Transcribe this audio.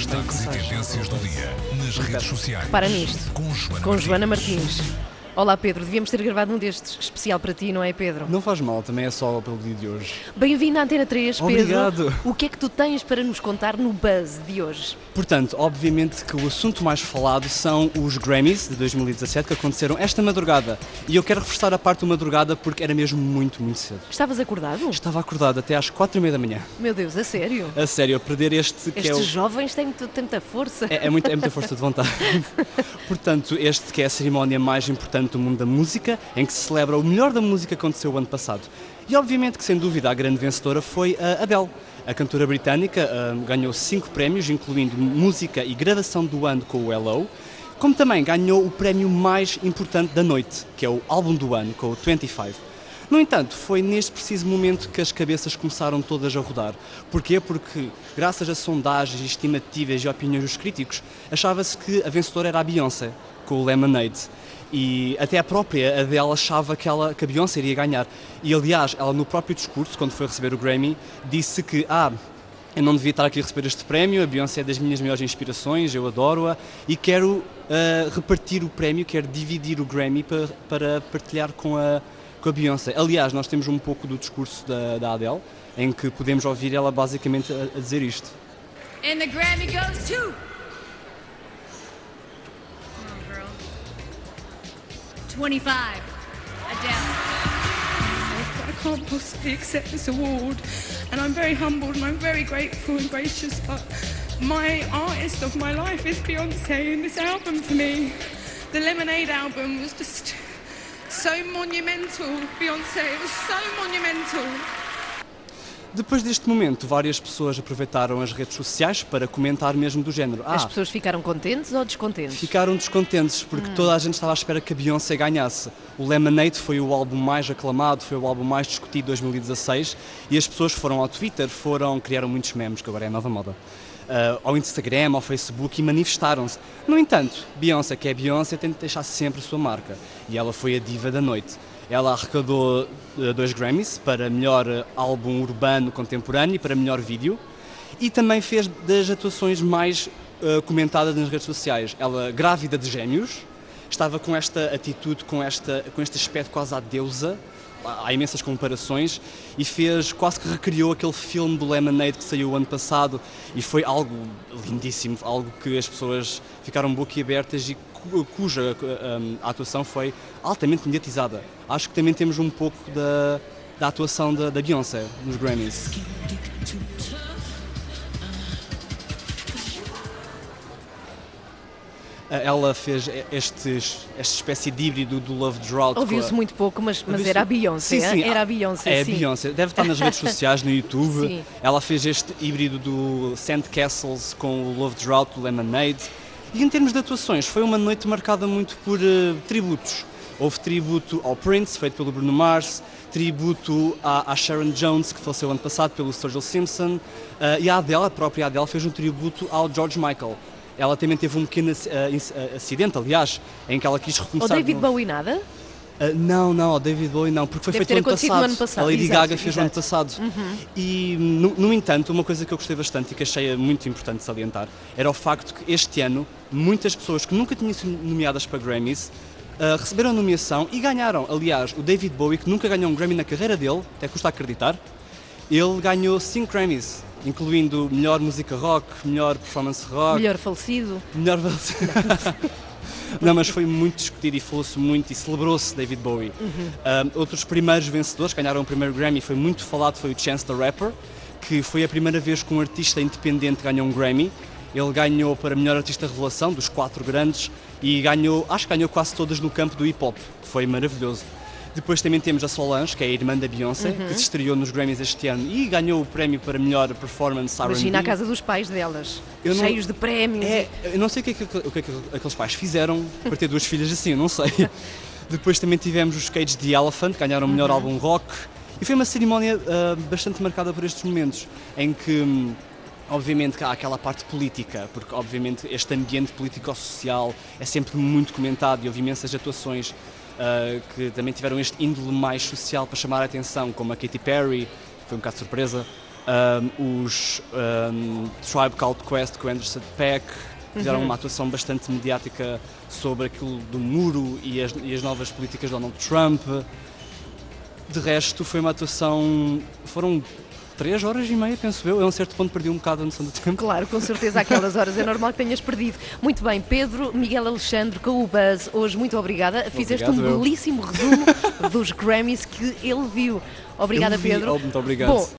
destaques e tendências do dia nas redes sociais. Para nisto, com Joana Martins. Olá Pedro, devíamos ter gravado um destes especial para ti, não é Pedro? Não faz mal, também é só pelo dia de hoje. Bem-vindo à Antena 3, Pedro. Obrigado. O que é que tu tens para nos contar no Buzz de hoje? Portanto, obviamente que o assunto mais falado são os Grammys de 2017 que aconteceram esta madrugada. E eu quero reforçar a parte da madrugada porque era mesmo muito cedo. Estavas acordado? Estava acordado até às 4h30 da manhã. Meu Deus, a sério? A sério, a perder este que Estes é o... jovens têm muita força. É muita força de vontade. Portanto, este que é a cerimónia mais importante do mundo da música, em que se celebra o melhor da música que aconteceu o ano passado. E obviamente que, sem dúvida, a grande vencedora foi a Adele. A cantora britânica ganhou 5 prémios, incluindo música e gravação do ano com o Hello, como também ganhou o prémio mais importante da noite, que é o álbum do ano, com o 25. No entanto, foi neste preciso momento que as cabeças começaram todas a rodar. Porquê? Porque, graças a sondagens, estimativas e opiniões dos críticos, achava-se que a vencedora era a Beyoncé, com o Lemonade. E até a própria Adele achava que a Beyoncé iria ganhar. E, aliás, ela no próprio discurso, quando foi receber o Grammy, disse que eu não devia estar aqui a receber este prémio, a Beyoncé é das minhas maiores inspirações, eu adoro-a, e quero repartir o prémio, quero dividir o Grammy para partilhar com a Beyoncé. Aliás, nós temos um pouco do discurso da Adele, em que podemos ouvir ela basicamente a dizer isto. And the Grammy goes to... 25, Adele. I can't possibly accept this award, and I'm very humbled and I'm very grateful and gracious, but my artist of my life is Beyoncé, and this album for me, the Lemonade album, was just so monumental. Beyoncé, it was so monumental. Depois deste momento, várias pessoas aproveitaram as redes sociais para comentar mesmo do género. As pessoas ficaram contentes ou descontentes? Ficaram descontentes, porque toda a gente estava à espera que a Beyoncé ganhasse. O Lemonade foi o álbum mais aclamado, foi o álbum mais discutido de 2016, e as pessoas foram ao Twitter, criaram muitos memes, que agora é a nova moda, ao Instagram, ao Facebook, e manifestaram-se. No entanto, Beyoncé, que é Beyoncé, tem de deixar sempre a sua marca, e ela foi a diva da noite. Ela arrecadou 2 Grammys para melhor álbum urbano contemporâneo e para melhor vídeo, e também fez das atuações mais comentadas nas redes sociais. Ela, grávida de gêmeos, estava com esta atitude, com este aspecto quase à deusa, há imensas comparações, e quase que recriou aquele filme do Lemonade que saiu o ano passado, e foi algo lindíssimo, algo que as pessoas ficaram boquiabertas e cuja a atuação foi altamente mediatizada. Acho que também temos um pouco da atuação da Beyoncé nos Grammys. Ela fez esta espécie de híbrido do Love Drought. Ouviu-se muito pouco, mas era a Beyoncé. Sim. Era a Beyoncé, É a Beyoncé. Deve estar nas redes sociais, no YouTube. Sim. Ela fez este híbrido do Sandcastles com o Love Drought, do Lemonade. E em termos de atuações, foi uma noite marcada muito por tributos. Houve tributo ao Prince, feito pelo Bruno Mars, tributo à Sharon Jones, que faleceu ano passado, pelo Sturgill Simpson, e a própria Adele, fez um tributo ao George Michael. Ela também teve um pequeno acidente, aliás, em que ela quis recomeçar... O David Bowie nada? Não, o David Bowie não, porque foi Deve feito ter no ano passado. A Lady Exato, Gaga fez no ano passado. E, no entanto, uma coisa que eu gostei bastante e que achei muito importante salientar era o facto que este ano muitas pessoas que nunca tinham sido nomeadas para Grammys receberam a nomeação e ganharam. Aliás, o David Bowie, que nunca ganhou um Grammy na carreira dele, até custa acreditar, ele ganhou 5 Grammys, incluindo melhor música rock, melhor performance rock... Melhor falecido. Não, mas foi muito discutido e falou-se muito e celebrou-se David Bowie. Outros primeiros vencedores que ganharam o primeiro Grammy, foi muito falado, foi o Chance the Rapper, que foi a primeira vez que um artista independente ganhou um Grammy. Ele ganhou para melhor artista revelação, dos 4 grandes, e acho que ganhou quase todas no campo do hip-hop, foi maravilhoso. Depois também temos a Solange, que é a irmã da Beyoncé, que se estreou nos Grammys este ano e ganhou o prémio para melhor performance R&B. Imagina a casa dos pais delas, cheios de prémios. Eu não sei o que é que aqueles pais fizeram para ter 2 filhas assim, eu não sei. Depois também tivemos os Cage the Elephant, que ganharam o melhor álbum rock. E foi uma cerimónia bastante marcada por estes momentos, em que... Obviamente que há aquela parte política, porque obviamente este ambiente político-social é sempre muito comentado e houve imensas atuações que também tiveram este índole mais social para chamar a atenção, como a Katy Perry, foi um bocado de surpresa, Os Tribe Called Quest com Anderson .Paak fizeram uma atuação bastante mediática sobre aquilo do muro e as novas políticas de Donald Trump. De resto, foi uma atuação... Foram 3 horas e meia, penso eu. A um certo ponto perdi um bocado a noção do tempo. Claro, com certeza, aquelas horas é normal que tenhas perdido. Muito bem, Pedro Miguel Alexandre com o Buzz. Hoje, muito obrigada. Fizeste um belíssimo resumo dos Grammys que ele viu. Obrigada, Pedro. Muito obrigado. Bom,